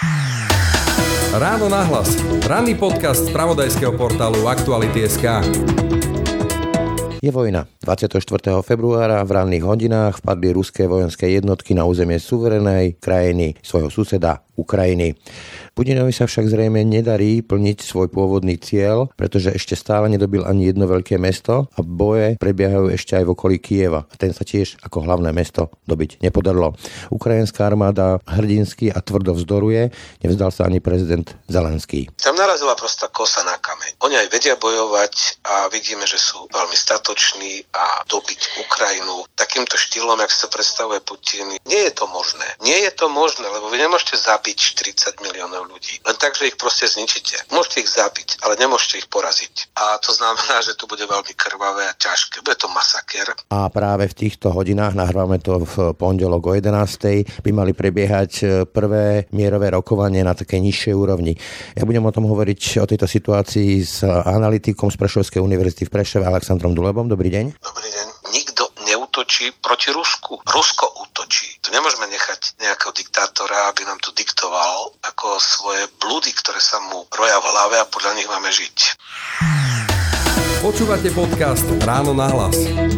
Ráno nahlas. Ranný podcast z spravodajského portálu Aktuality.sk. Je vojna. 24. februára v ranných hodinách vpadli ruské vojenské jednotky na územie suverenej krajiny svojho suseda Ukrajiny. Putinovi sa však zrejme nedarí plniť svoj pôvodný cieľ, pretože ešte stále nedobil ani jedno veľké mesto a boje prebiehajú ešte aj v okolí Kyjeva. A ten sa tiež ako hlavné mesto dobiť nepodarilo. Ukrajinská armáda hrdinsky a tvrdo vzdoruje, nevzdal sa ani prezident Zelenský. Tam narazila prostá kosa na kameň. Oni aj vedia bojovať a vidíme, že sú veľmi statoční a dobiť Ukrajinu takýmto štýlom, jak sa predstavuje Putin. Nie je to možné. Nie je to možné, lebo vy nemôžete zabiť 40 miliónov ľudí. Len tak, že ich proste zničíte. Môžete ich zabiť, ale nemôžete ich poraziť. A to znamená, že to bude veľmi krvavé a ťažké. Bude to masaker. A práve v týchto hodinách, nahrávame to v pondelok o 11:00, by mali prebiehať prvé mierové rokovanie na takej nižšej úrovni. Ja budem o tom hovoriť, o tejto situácii s analytikom z Prešovskej univerzity v Prešove, Alexandrom Dulebom. Dobrý deň. Dobrý deň. Nikto neútočí proti Rusku. Rusko útočí. Tu nemôžeme nechať nejakého diktátora, aby nám tu diktoval ako svoje blúdy, ktoré sa mu roja v hlave a podľa nich máme žiť. Počúvate podcast Ráno nahlas.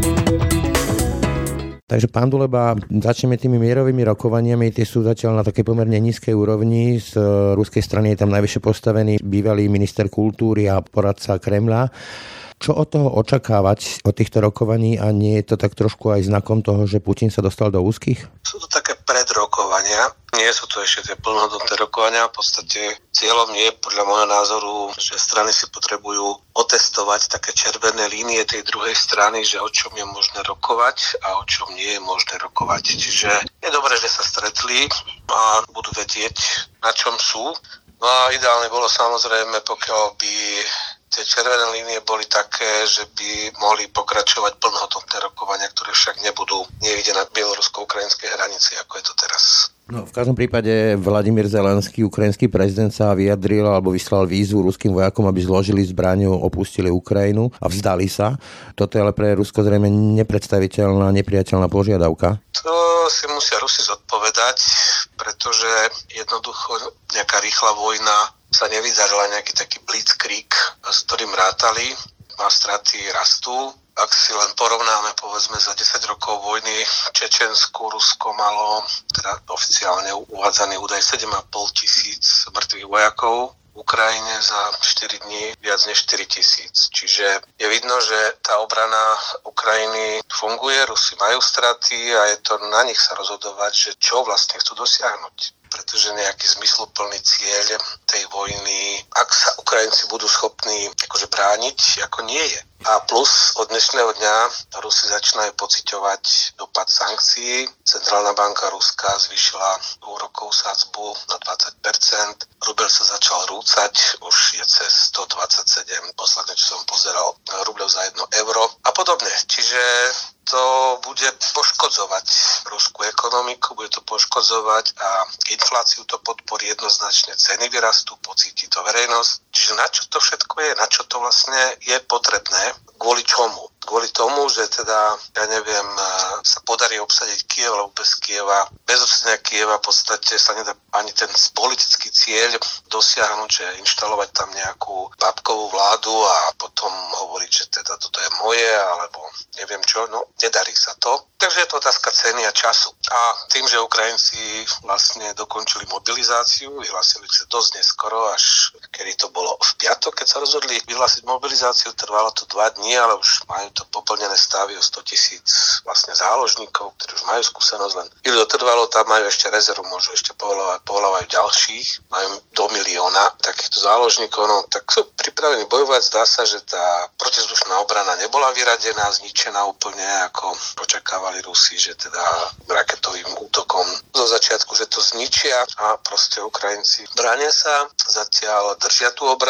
Takže pán Duleba, začneme tými mierovými rokovaniami, tie sú zatiaľ na takej pomerne nízkej úrovni. Z ruskej strany je tam najvyššie postavený bývalý minister kultúry a poradca Kremľa. Čo od toho očakávať, od týchto rokovaní, a nie je to tak trošku aj znakom toho, že Putin sa dostal do úzkých? Sú to také predrokovania, nie sú to ešte tie plnohodnotné rokovania. V podstate cieľom je podľa môjho názoru, že strany si potrebujú otestovať také červené línie tej druhej strany, že o čom je možné rokovať a o čom nie je možné rokovať. Čiže je dobré, že sa stretli a budú vedieť, na čom sú. No a ideálne bolo samozrejme, pokiaľ by tie červené línie boli také, že by mohli pokračovať plnohodnotné rokovania, ktoré však nebudú niekde na bielorusko-ukrajinskej hranici, ako je to teraz. No, v každom prípade Vladimír Zelenský, ukrajinský prezident, sa vyjadril alebo vyslal výzvu ruským vojakom, aby zložili zbraň, opustili Ukrajinu a vzdali sa. Toto je ale pre Rusko zrejme nepredstaviteľná, nepriateľná požiadavka. To si musia Rusi zodpovedať, pretože jednoducho nejaká rýchla vojna sa nevydarila, nejaký taký blitzkrieg, s ktorým rátali, a straty rastú. Ak si len porovnáme, povedzme, za 10 rokov vojny v Čečensku, Rusko malo, teda oficiálne uvádzaný údaj, 7,5 tisíc mŕtvych vojakov, v Ukrajine za 4 dní viac než 4 tisíc. Čiže je vidno, že tá obrana Ukrajiny funguje, Rusi majú straty a je to na nich sa rozhodovať, že čo vlastne chcú dosiahnuť. Pretože nejaký zmysluplný cieľ tej vojny, ak sa Ukrajinci budú schopní akože brániť, ako nie je. A plus od dnešného dňa Rusi začínajú pociťovať dopad sankcií. Centrálna banka Ruska zvýšila úrokovú sadzbu na 20%. Rubel sa začal rúcať, už je cez 127, posledne, čo som pozeral, rubľov za 1 euro a podobne. Čiže to bude poškodzovať ruskú ekonomiku, bude to poškodzovať a infláciu to podporí jednoznačne, ceny vyrastú, pocíti to verejnosť. Čiže na čo to všetko je, na čo to vlastne je potrebné, kvôli čomu? Kvôli tomu, že teda, ja neviem, sa podarí obsadiť Kyjev, lebo bez Kyjeva, bez obsadenia Kyjeva v podstate sa nedá ani ten politický cieľ dosiahnuť, že inštalovať tam nejakú babkovú vládu a potom hovoriť, že teda toto je moje, alebo neviem čo, no nedarí sa to. Takže je to otázka ceny a času. A tým, že Ukrajinci vlastne dokončili mobilizáciu, vyhlásili sa dosť neskoro, až kedy to bolo v piatok, keď sa rozhodli vyhlásiť mobilizáciu, trvalo to 2 dní, ale už majú to poplnené stavy o 100 000 vlastne záložníkov, ktorí už majú skúsenosť, len keď to trvalo, tam majú ešte rezervu, môžu ešte povolávajú ďalších, majú do 1 000 000 takýchto záložníkov, no tak sú pripravení bojovať. Zdá sa, že tá protizdušná obrana nebola vyradená, zničená úplne, ako očakávali Rusi, že teda raketovým útokom zo začiatku, že to zničia a proste Ukrajinci bránia sa, zatiaľ držia tú obranu.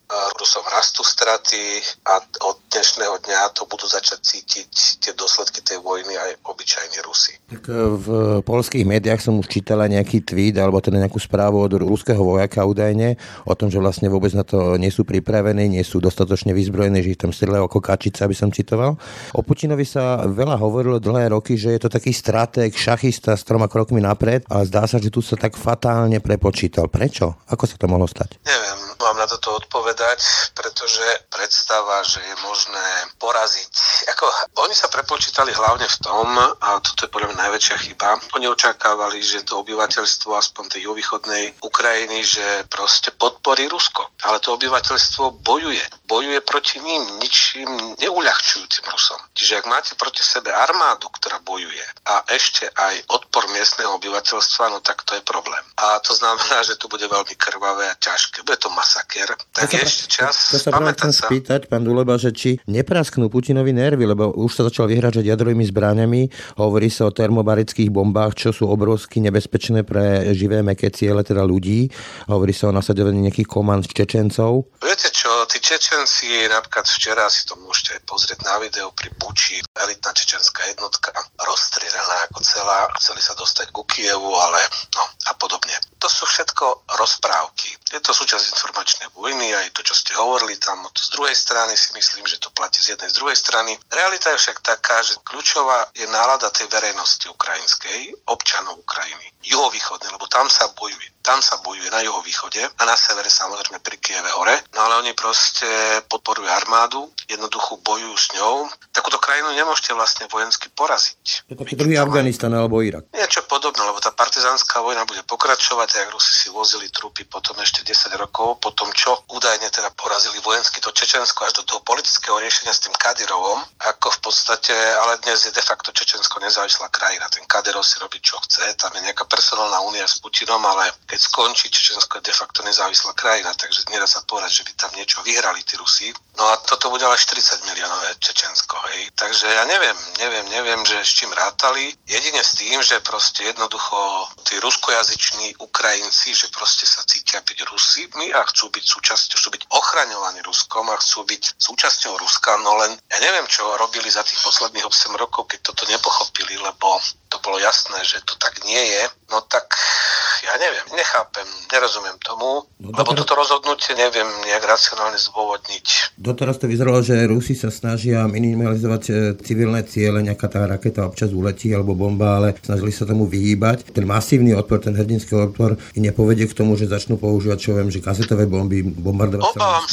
Rusom rastú straty a od dnešného dňa to budú začať cítiť tie dôsledky tej vojny aj obyčajní Rusi. Tak v poľských médiách som už čítala nejaký tweet alebo teda nejakú správu od ruského vojaka údajne o tom, že vlastne vôbec na to nie sú pripravení, nie sú dostatočne vyzbrojení, že ich tam strieľajú ako kačice, aby som citoval. O Putinovi sa veľa hovorilo dlhé roky, že je to taký stratég, šachista s 3 krokmi napred, ale zdá sa, že tu sa tak fatálne prepočítal. Prečo? Ako sa to mohlo stať? Neviem, mám na toto odpovedať, pretože predstava, že je možné poraziť. Oni sa prepočítali hlavne v tom, a toto je podľa mňa najväčšia chyba, oni očakávali, že to obyvateľstvo aspoň tej juhovýchodnej Ukrajiny, že proste podporí Rusko. Ale to obyvateľstvo bojuje proti ním, ničím neuľahčujúcim Rusom. Čiže ak máte proti sebe armádu, ktorá bojuje a ešte aj odpor miestneho obyvateľstva, no tak to je problém. A to znamená, že to bude veľmi krvavé a ťažké. Bude to masaker. Tak je ešte čas pamätať sa. Spýtať, pán Duleba, že či neprasknú Putinovi nervy, lebo už sa začal vyhrážať jadrovými zbraňami. Hovorí sa o termobarických bombách, čo sú obrovsky nebezpečné pre živé mäkké ciele, teda ľudí. Hovorí sa o nasaďovaní nejakých komand Čečencov. Viete čo, tí Čečenci, napríklad včera si to môžete aj pozrieť na videu pri Buči, elitná čečenská jednotka rozstrieľaná ako celá, chceli sa dostať ku Kievu, ale no a podobne. To sú všetko rozprávky. Je to súčasť informačnej vojny, aj to, čo ste hovorili tam z druhej strany, si myslím, že to platí z jednej z druhej strany. Realita je však taká, že kľúčová je nálada tej verejnosti ukrajinskej, občanov Ukrajiny, juhovýchodnej, lebo tam sa bojuje. Tam sa bojuje na juhovýchode a na severe samozrejme pri Kieve hore. No ale oni proste podporujú armádu, jednoducho bojujú s ňou. Takúto krajinu nemôžete vlastne vojensky poraziť. Je taký druhý Afganistan alebo Irak. Niečo podobné, lebo tá partizánska vojna bude pokračovať, ak Rusi si vozili trupy potom ešte 10 rokov, potom čo údajne teda porazili vojensky to Čečensko až do toho politického riešenia s tým Kadyrovom, ako v podstate, ale dnes je de facto Čečensko nezávislá krajina. Ten Kadyrov si robí čo chce, tam je nejaká personálna únia s Putinom, ale keď skončí, Čečensko je de facto nezávislá krajina, takže nedá sa povedať, že by tam niečo vyhrali tí Rusi. No a toto bude ale 40 miliónové Čečensko, hej. Takže ja neviem, že s čím rátali. Jedine s tým, že proste jednoducho tí ruskojazyční Ukrajinci, že proste sa cítia byť Rusmi a chcú byť súčasťou, chcú byť ochraňovaní Ruskom a chcú byť súčasťou Ruska, no len ja neviem, čo robili za tých posledných 8 rokov, keď toto nepochopili, lebo to bolo jasné, že to tak nie je. No tak ja neviem, nechápem, nerozumiem tomu, lebo toto rozhodnutie neviem nejak racionálne zdôvodniť. Doteraz to vyzeralo, že Rusi sa snažia minimalizovať civilné ciele, nejaká tá raketa občas uletí alebo bomba, ale snažili sa tomu vyhýbať. Ten masívny odpor, ten hrdinský odpor nepovedie k tomu, že začnú používať, čo viem, že kazetové bomby, bombardovať. Obávam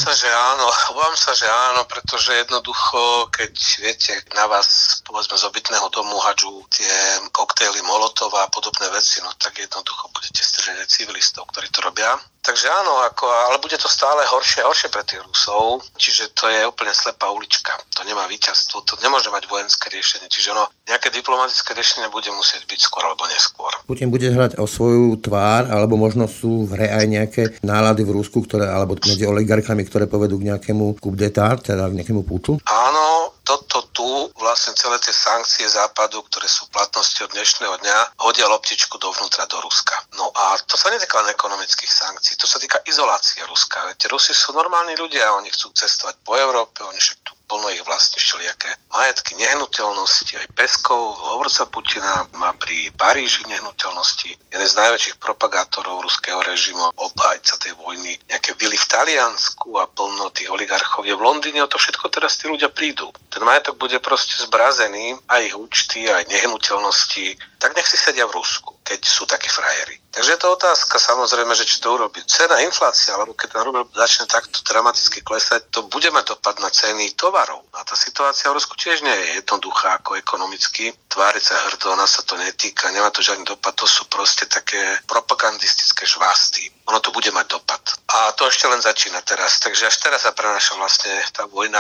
sa, že áno, pretože jednoducho, keď viete, na vás povedzme z obytného domu hadžú tie koktejly Molotova a podobné veci, no tak jednoducho budete strieľať civilistov, ktorí to robia. Takže áno, ale bude to stále horšie a horšie pre tých Rusov, čiže to je úplne slepá ulička. To nemá víťazstvo, to nemôže mať vojenské riešenie, čiže nejaké diplomatické riešenie bude musieť byť skôr alebo neskôr. Putin bude hrať o svoju tvár, alebo možno sú v hre aj nejaké nálady v Rusku, alebo medzi oligarchami, ktoré povedú k nejakému coup d'état, teda k nejakému puču? Áno, toto tu vlastne celé tie sankcie západu, ktoré sú v platnosti od dnešného dňa, hodia loptičku dovnútra do Ruska. No a to sa netýka len ekonomických sankcií, to sa týka izolácie Ruska. Viete, Rusi sú normálni ľudia, oni chcú cestovať po Európe, oni však tu plno ich vlastní všelijaké majetky, nehnuteľnosti, aj Peskov, hovorca Putina má pri Paríži nehnuteľnosti. Jeden z najväčších propagátorov ruského režimu, obhajca tej vojny, nejaké vily v Taliansku a plno tých oligarchov je v Londýne, o to všetko teraz tí ľudia prídu. Ten majetok bude proste zbrazený, aj ich účty, aj nehnuteľnosti, tak nech si sedia v Rusku, keď sú takí frajeri. Takže je to otázka samozrejme, že či to urobí. Cena inflácia, alebo keď ten rubel začne takto dramaticky klesať, to bude mať dopad na ceny tovarov. A tá situácia v Rusku tiež nie je jednoduchá ako ekonomicky. Tváriť sa hrdo, nás sa to netýka, nemá to žiadny dopad, to sú proste také propagandistické žvásty. Ono to bude mať dopad. A to ešte len začína teraz, takže až teraz sa prenáša vlastne tá vojna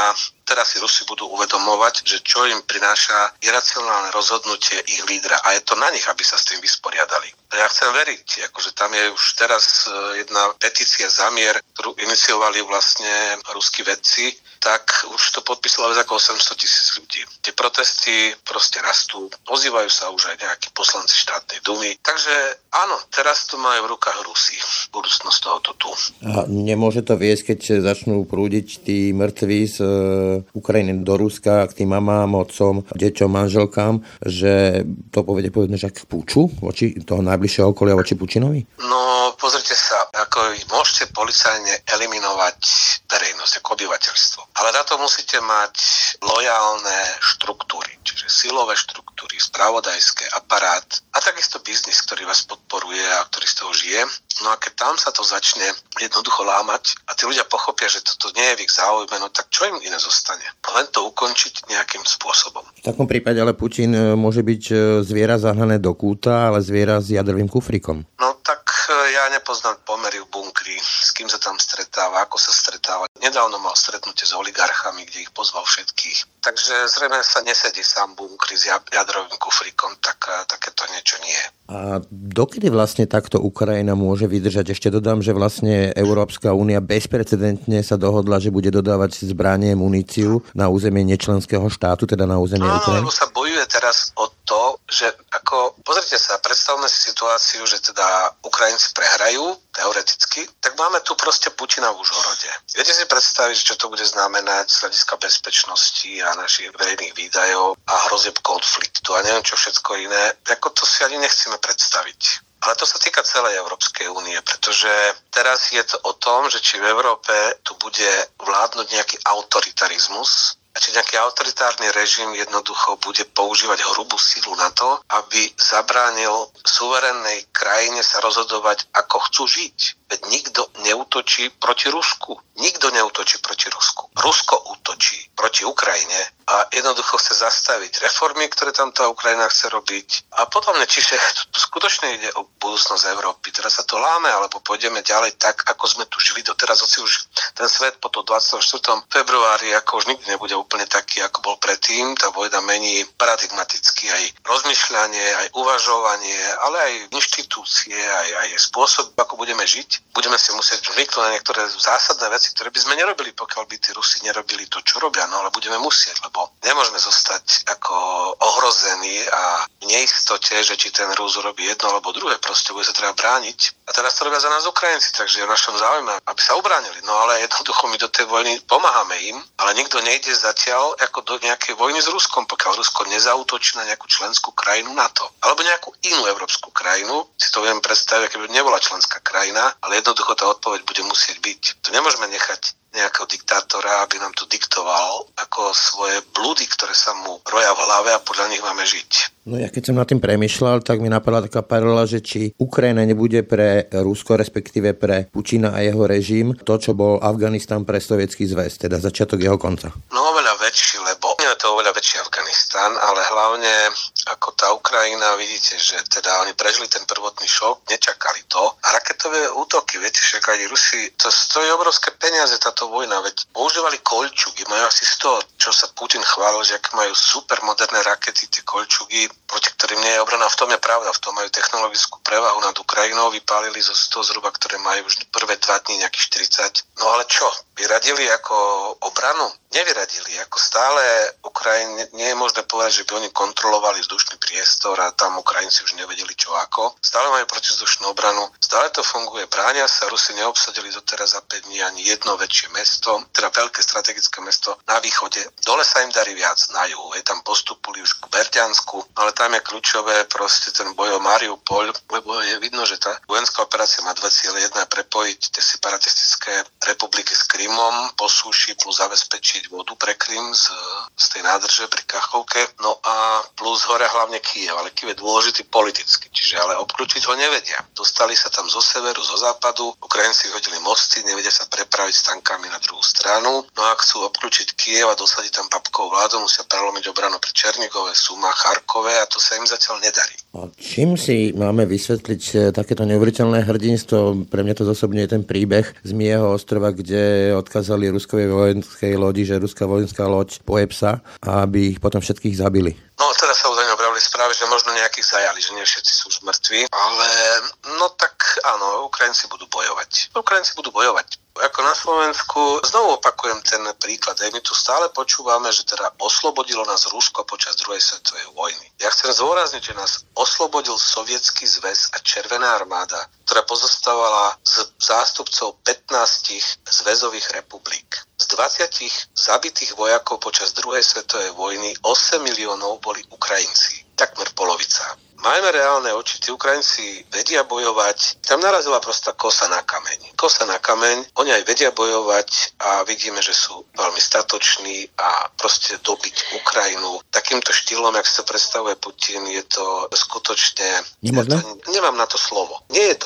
teraz si Rusi budú uvedomovať, že čo im prináša iracionálne rozhodnutie ich lídra. A je to na nich, aby sa s tým vysporiadali. A ja chcem veriť, akože tam je už teraz jedna petícia za mier, ktorú iniciovali vlastne ruskí vedci, tak už to podpísalo viac ako 800,000 ľudí. Tie protesty proste rastú, ozývajú sa už aj nejakí poslanci štátnej dumy. Takže áno, teraz to majú v rukách Rusi. Budúcnosť tohoto tu. A nemôže to viesť, keď začnú prúdiť tí mŕtvi z Ukrajiny do Ruska k tým mamám, otcom, deťom, manželkám, že to povede že k púču voči toho najbližšieho okolia voči Pučinovi? No, pozrite sa, ako môžete policajne eliminovať verejnosť ako obyvateľstvo. Ale na to musíte mať lojálne štruktúry, čiže silové štruktúry, spravodajské, aparát a takisto biznis, ktorý vás podporuje a ktorý z toho žije. No a keď tam sa to začne jednoducho lámať a tí ľudia pochopia, že toto nie je v ich záujme, no tak čo im iné zostane? Len to ukončiť nejakým spôsobom. V takom prípade ale Putin môže byť zviera zahnané do kúta, ale zviera s jadrovým kufrikom. No tak ja nepoznám pomery v bunkri, s kým sa tam stretáva, ako sa stretáva. Nedávno mal stretnutie s oligarchami, kde ich pozval všetkých. Takže zrejme sa nesedí sám v bunkri s jadrovým kufrikom, tak takéto niečo nie. A dokedy vlastne takto Ukrajina môže vydržať? Ešte dodám, že vlastne Európska únia bezprecedentne sa dohodla, že bude dodávať zbranie, muníciu na územie nečlenského štátu, teda na územie Ukrajiny. Lebo sa bojuje teraz o to, že ako, pozrite sa, predstavme si situáciu, že teda Ukrajinci prehrajú, teoreticky, tak máme tu proste Putina v Užhorode. Viete si predstaviť, čo to bude znamenať z hľadiska bezpečnosti a našich verejných výdajov a hrozieb konfliktu a neviem čo všetko iné. Ako to si ani nechceme predstaviť. Ale to sa týka celej Európskej únie, pretože teraz je to o tom, že či v Európe tu bude vládnuť nejaký autoritarizmus, a či nejaký autoritárny režim jednoducho bude používať hrubú silu na to, aby zabránil suverénnej krajine sa rozhodovať, ako chcú žiť. Veď nikto neútočí proti Rusku. Nikto neútočí proti Rusku. Rusko útočí proti Ukrajine a jednoducho chce zastaviť reformy, ktoré tam tá Ukrajina chce robiť. A podobne, čiže skutočne ide o budúcnosť Európy. Teraz sa to láme, alebo pôjdeme ďalej tak, ako sme tu žili doteraz. Hoci už ten svet po tom 24. februári ako už nikdy nebude úplne taký, ako bol predtým. Tá vojna mení paradigmaticky aj rozmýšľanie, aj uvažovanie, ale aj inštitúcie, aj spôsob, ako budeme žiť. Budeme si musieť zvyknúť na niektoré zásadné veci, ktoré by sme nerobili, pokiaľ by tí Rusi nerobili to, čo robia. No ale budeme musieť, lebo nemôžeme zostať ako ohrození a v neistote, že či ten Rus robí jedno alebo druhé. Proste bude sa treba brániť. A teraz to robia za nás Ukrajinci, takže je v našom záujme, aby sa ubránili. No ale jednoducho my do tej vojny pomáhame im, ale nikto nejde zatiaľ ako do nejakej vojny s Ruskom, pokiaľ Rusko nezaútočí na nejakú členskú krajinu NATO. Alebo nejakú inú európsku krajinu, si to viem predstaviť, keby nebola členská krajina, ale jednoducho tá odpoveď bude musieť byť. To nemôžeme nechať nejakého diktátora, aby nám to diktoval ako svoje blúdy, ktoré sa mu roja v hlave a podľa nich máme žiť. No ja keď som nad tým premýšľal, tak mi napadla taká paralela, že či Ukrajina nebude pre Rusko, respektíve pre Putina a jeho režim to, čo bol Afganistan pre Sovietsky zväz, teda začiatok jeho konca. No oveľa väčší, lebo nie je to oveľa väčší Afganistan, ale hlavne ako tá Ukrajina, vidíte, že teda oni prežili ten prvotný šok, nečakali to. A raketové útoky, viete, však aj Rusi, to stojí obrovské peniaze táto vojna, veď používali koľčugy, majú asi 100, čo sa Putin chválil, že ak majú super moderné rakety, tie koľčugy, proti ktorým nie je obrana. V tom je pravda, v tom majú technologickú prevahu nad Ukrajinou, vypálili zo 100 zhruba, ktoré majú už prvé 2 dní nejakých 40. No ale čo, vyradili ako obranu? Nevyradili, ako stále Ukrajine nie je možné povedať, že by oni kontrolovali vzdušný priestor a tam Ukrajinci už nevedeli čo ako. Stále majú protizdušnú obranu, stále to funguje, bránia sa, Rusi neobsadili doteraz za 5 dní ani jedno väčšie mesto, teda veľké strategické mesto na východe. Dole sa im darí viac na juhu, tam postupuli už k Berďansku, ale tam je kľúčové proste ten boj o Mariupol, lebo je vidno, že tá vojenská operácia má 2 ciele. Jedna je prepojiť tie separatistické republiky s Krymom po súši plus zabezpečiť vodu pre Krym z tej nádrže pri Kachovke. No a plus hore hlavne Kyjev, ale Kyjev je dôležitý politicky, čiže ale obklúčiť ho nevedia. Dostali sa tam zo severu, zo západu, Ukrajinci vyhodili mosty, nevedia sa prepraviť s tankami na druhú stranu. No a chcú obklúčiť Kyjev a dosadiť tam papkovú vládu, musia prelomiť obranu pri Černigove, Suma, Charkove a to sa im zatiaľ nedarí. A čím si máme vysvetliť takéto neuveriteľné hrdinstvo? Pre mňa to osobne je ten príbeh z Mieho ostrova, kde odkázali ruskej vojenskej lodi, že ruská vojenská loď poje psa, aby ich potom všetkých zabili. No, teraz sa údajne objavili správy, že možno nejakých zajali, že nie všetci sú už mŕtvi, ale no tak áno, Ukrajinci budú bojovať. Ako na Slovensku, znovu opakujem ten príklad, my tu stále počúvame, že teda oslobodilo nás Rusko počas druhej svetovej vojny. Ja chcem zdôrazniť, že nás oslobodil Sovietsky zväz a Červená armáda, ktorá pozostávala z zástupcov 15 zväzových republik. Z 20 zabitých vojakov počas druhej svetovej vojny 8 miliónov boli Ukrajinci, takmer polovica. Majme reálne oči, tí Ukrajinci vedia bojovať, tam narazila prosta kosa na kameň. Oni aj vedia bojovať a vidíme, že sú veľmi statoční a proste dobiť Ukrajinu takýmto štýlom, jak sa predstavuje Putin, je to skutočne... Nemám na to slovo. Nie je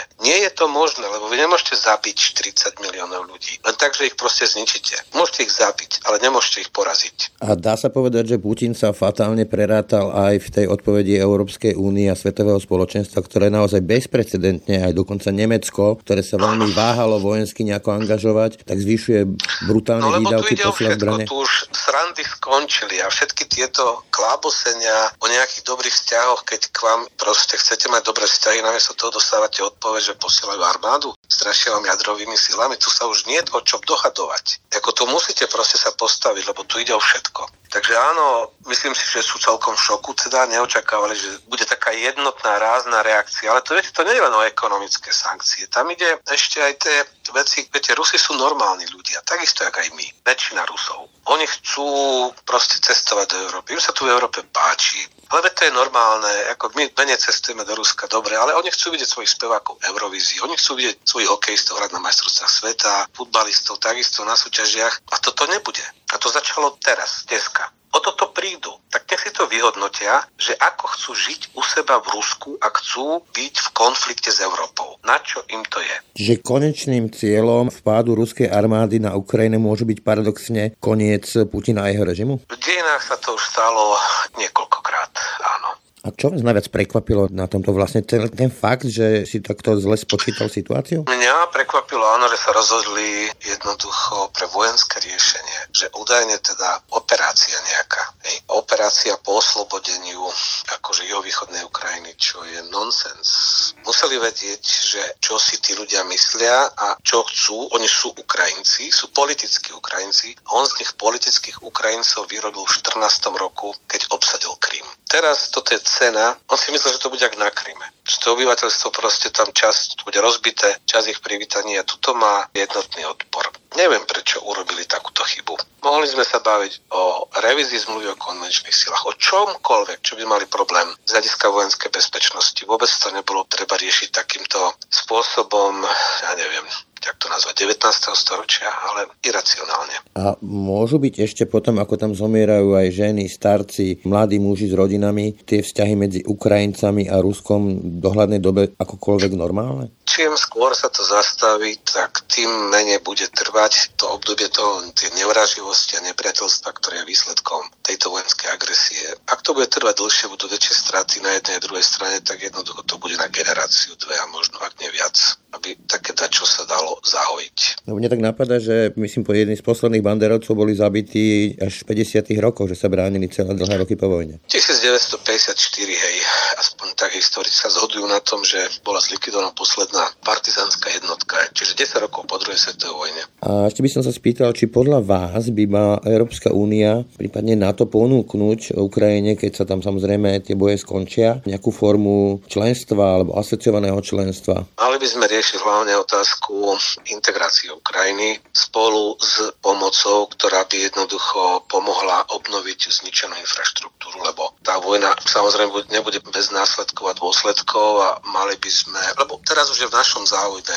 to možné, lebo vy nemôžete zabiť 40 miliónov ľudí. Len tak, že ich proste zničíte. Môžete ich zabiť, ale nemôžete ich poraziť. A dá sa povedať, že Putin sa fatálne prerátal aj v tej odpovedi Európskej únie a Svetového spoločenstva, ktoré naozaj bezprecedentne, aj dokonca Nemecko, ktoré sa veľmi váhalo vojensky nejako angažovať, tak zvyšuje brutálne výdavky posielať zbrane. Tu už srandy skončili a všetky tieto klábosenia o nejakých dobrých vzťahoch, keď k vám proste chcete mať dobré vzťahy, namiesto toho dostávate odpoveď, že posielajú armádu, strašia vám jadrovými silami, tu sa už nie je o čom dohadovať. Ako tu musíte proste sa postaviť, lebo tu ide o všetko. Takže áno, myslím si, že sú celkom v šoku, teda neočakávali, že bude taká jednotná, rázna reakcia, ale to viete, to nie je len o ekonomické sankcie, tam ide ešte aj tie veci, viete, Rusi sú normálni ľudia, takisto jak aj my, väčšina Rusov. Oni chcú proste cestovať do Európy, im sa tu v Európe páči, ale to je normálne, ako my menej cestujeme do Ruska, dobre, ale oni chcú vidieť svojich spevákov v Eurovízii, oni chcú vidieť svojich hokejistov hrať na majstrovstvách sveta, futbalistov takisto na súťažiach a toto nebude. A to začalo teraz, dneska. O toto prídu, tak nech si to vyhodnotia, že ako chcú žiť u seba v Rusku a chcú byť v konflikte s Európou. Na čo im to je? Že konečným cieľom vpádu ruskej armády na Ukrajinu môže byť paradoxne koniec Putina a jeho režimu? V dejinách sa to už stalo niekoľkokrát, áno. A čo vás najviac prekvapilo na tomto vlastne ten fakt, že si takto zle spočítal situáciu? Mňa prekvapilo, áno, že sa rozhodli jednoducho pre vojenské riešenie, že údajne teda operácia nejaká, operácia po oslobodeniu akože juhovýchodnej Ukrajiny, čo je nonsens. Museli vedieť, že čo si tí ľudia myslia a čo chcú. Oni sú Ukrajinci, sú politickí Ukrajinci a on z nich politických Ukrajincov vyrobil v 14. roku, keď obsadil Krym. Teraz toto je cena, on si myslel, že to bude jak na Kryme. Že to obyvateľstvo proste tam časť bude rozbité, časť ich privítaní a tuto má jednotný odpor. Neviem, prečo urobili takúto chybu. Mohli sme sa baviť o revízii zmluvy o konvenčných silách, o čomkoľvek, čo by mali problém z hľadiska vojenskej bezpečnosti. Vôbec to nebolo treba riešiť takýmto spôsobom, ja neviem, jak to nazvať, 19. storočia, ale iracionálne. A môžu byť ešte potom, ako tam zomierajú aj ženy, starci, mladí muži s rodinami, tie vzťahy medzi Ukrajincami a Ruskom v dohľadnej dobe akokoľvek normálne? Čím skôr sa to zastaví, tak tým menej bude trvať to obdobie tie nevraživosti a nepriateľstva, ktoré je výsledkom tejto vojenskej agresie. Ak to bude trvať dlhšie, budú väčšie straty na jednej a druhej strane, tak jednoducho to bude na generáciu, dve a možno ak nie viac, aby také dačo sa dalo zahojiť. No mne tak napadá, že myslím po jedný z posledných banderovcov boli zabití až v 50. rokoch, že sa bránili celé dlhé roky po vojne. 1954, hej, aspoň tak historici sa zhodujú na tom, že bola zlikvidovaná posledná partizánska jednotka, čiže 10 rokov po druhej svetovej vojne. A ešte by som sa spýtal, či podľa vás by mala Európska únia, prípadne NATO ponúknuť Ukrajine, keď sa tam samozrejme tie boje skončia, nejakú formu členstva alebo asociovaného členstva? Mali by sme riešiť hlavne otázku integrácie Ukrajiny spolu s pomocou, ktorá by jednoducho pomohla obnoviť zničenú infraštruktúru, lebo tá vojna samozrejme nebude bez následkov a dôsledkov a mali by sme, lebo teraz už je v našom záujme, keď to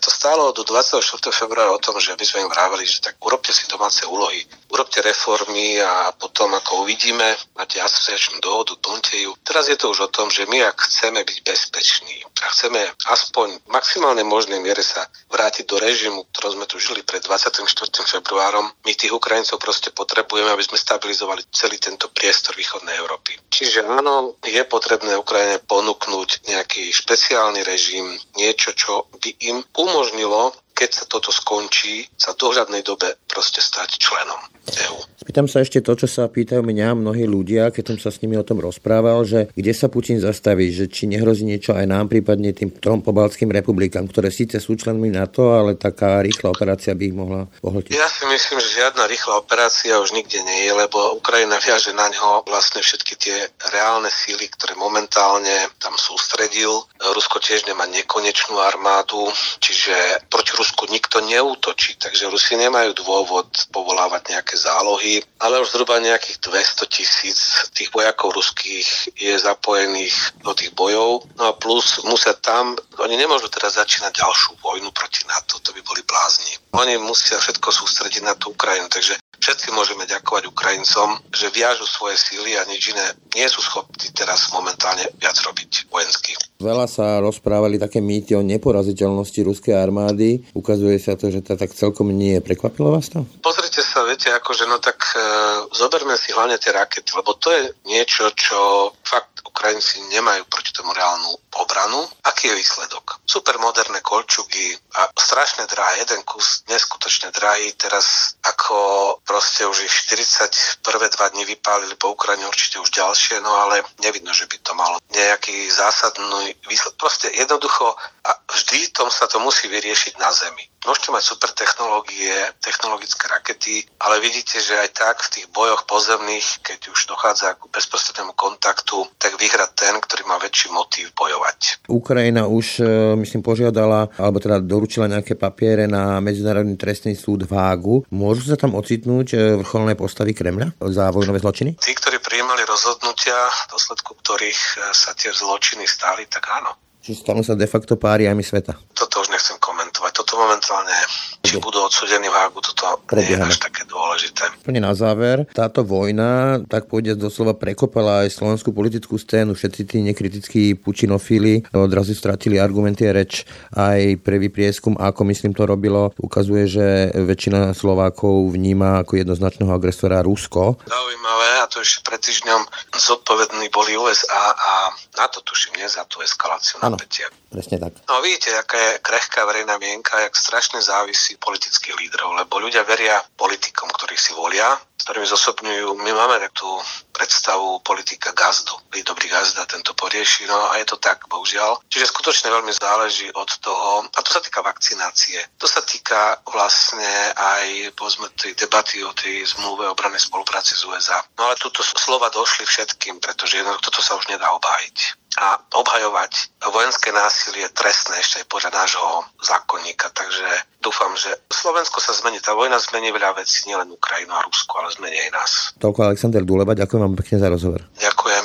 to stálo do 24. februára o tom, že my sme im vraveli, že tak urobte si domáce úlohy, urobte reformy a potom, ako uvidíme, máte asociačnú dohodu, plňte ju. Teraz je to už o tom, že my, ak chceme byť bezpeční a chceme aspoň v maximálnej možnej miere sa vrátiť do režimu, ktorom sme tu žili pred 24. februárom, my tých Ukrajincov proste potrebujeme, aby sme stabilizovali celý tento priestor východnej Európy. Čiže áno, je potrebné Ukrajine ponúknuť nejaký špeciálny režim, niečo, čo by im umožnilo, keď sa toto skončí, sa v dohľadnej dobe proste stať členom EÚ. Spýtam sa ešte to, čo sa pýtajú mňa mnohí ľudia, keď som sa s nimi o tom rozprával, že kde sa Putin zastaví, že či nehrozí niečo aj nám, prípadne tým trom pobaltským republikám, ktoré síce sú členmi NATO, ale taká rýchla operácia by ich mohla pohltiť. Ja si myslím, že žiadna rýchla operácia už nikde nie je, lebo Ukrajina viaže na ňo vlastne všetky tie reálne síly, ktoré momentálne tam sústredil. Rusko tiež nemá nekonečnú armádu, čiže proti Rusku nikto neútočí, takže Rusi nemajú dôvod povolávať nejaké zálohy, ale už zhruba nejakých 200,000 tých vojakov ruských je zapojených do tých bojov. No a plus musia tam, oni nemôžu teraz začínať ďalšiu vojnu proti NATO, to by boli blázni. Oni musia všetko sústrediť na tú Ukrajinu, takže všetci môžeme ďakovať Ukrajincom, že viažu svoje síly a nič iné nie sú schopní teraz momentálne viac robiť vojensky. Veľa sa rozprávali také mýty o neporaziteľnosti ruskej armády. Ukazuje sa to, že to tak celkom nie je. Prekvapilo vás to? Pozrite sa, viete, akože no tak zoberme si hlavne tie rakety, lebo to je niečo, čo fakt Ukrajinci nemajú proti tomu reálnu obranu. Aký je výsledok? Super moderné kolčugy a strašne drahé, jeden kus neskutočne drahý. Teraz ako proste už ich 41 2 dni vypálili po Ukrajine, určite už ďalšie, no ale nevidno, že by to malo nejaký zásadný výsledok. Proste jednoducho a vždy sa to musí vyriešiť na zemi. Môžete mať super technológie, technologické rakety, ale vidíte, že aj tak v tých bojoch pozemných, keď už dochádza k bezprostrednému kontaktu, tak vyhrá ten, ktorý má väčší motív bojovať. Ukrajina už, myslím, požiadala, alebo teda doručila nejaké papiere na Medzinárodný trestný súd v Hágu. Môžu sa tam ocitnúť vrcholné postavy Kremľa za vojnové zločiny? Tí, ktorí prijímali rozhodnutia, v dôsledku ktorých sa tie zločiny stali, tak áno. Čiže stanú sa de facto páriami sveta. Toto už nechcem komentovať. Toto momentálne, či budú odsúdení v Hágu, toto nie je až také dôležité. Úplne na záver, táto vojna, tak povediac doslova prekopala aj slovenskú politickú scénu. Všetci tí nekritickí pučinofíli odrazu stratili argumenty a reč. Aj prvý prieskum, ako myslím to robilo, ukazuje, že väčšina Slovákov vníma ako jednoznačného agresora Rusko. Zaujímavé, a to ešte pred týždňom zodpovední boli USA a NATO tuším nie za tú eskaláciu napätia. Presne tak. No vidíte, aká je krehká verejná mienka, jak strašne závisí politických lídrov, lebo ľudia veria politikom, ktorých si volia, s ktorými zosobňujú. My máme takú predstavu politika gazdu. Byť dobrý gazda, tento porieši, no a je to tak, bohužiaľ. Čiže skutočne veľmi záleží od toho, a to sa týka vakcinácie, to sa týka vlastne aj, povedzme, tej debaty o tej zmluve o obrannej spolupráci z USA. No ale túto slova došli všetkým, pretože jednoducho toto sa už nedá obhájiť. A obhajovať vojenské násilie je trestné ešte aj podľa nášho zákonníka. Takže dúfam, že Slovensko sa zmení. Tá vojna zmení veľa vecí, nielen Ukrajinu a Rusko, ale zmení aj nás. Toľko Alexander Duleba, ďakujem vám pekne za rozhovor. Ďakujem.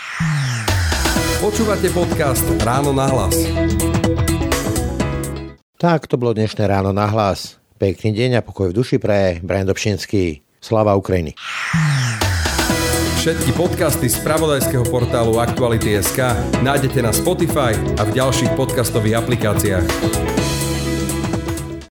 Počúvate podcast Ráno na hlas. Tak, to bolo dnešné Ráno na hlas. Pekný deň a pokoj v duši praje Brian Dobšinský. Sláva Ukrajiny. Všetky podcasty z spravodajského portálu Aktuality.sk nájdete na Spotify a v ďalších podcastových aplikáciách.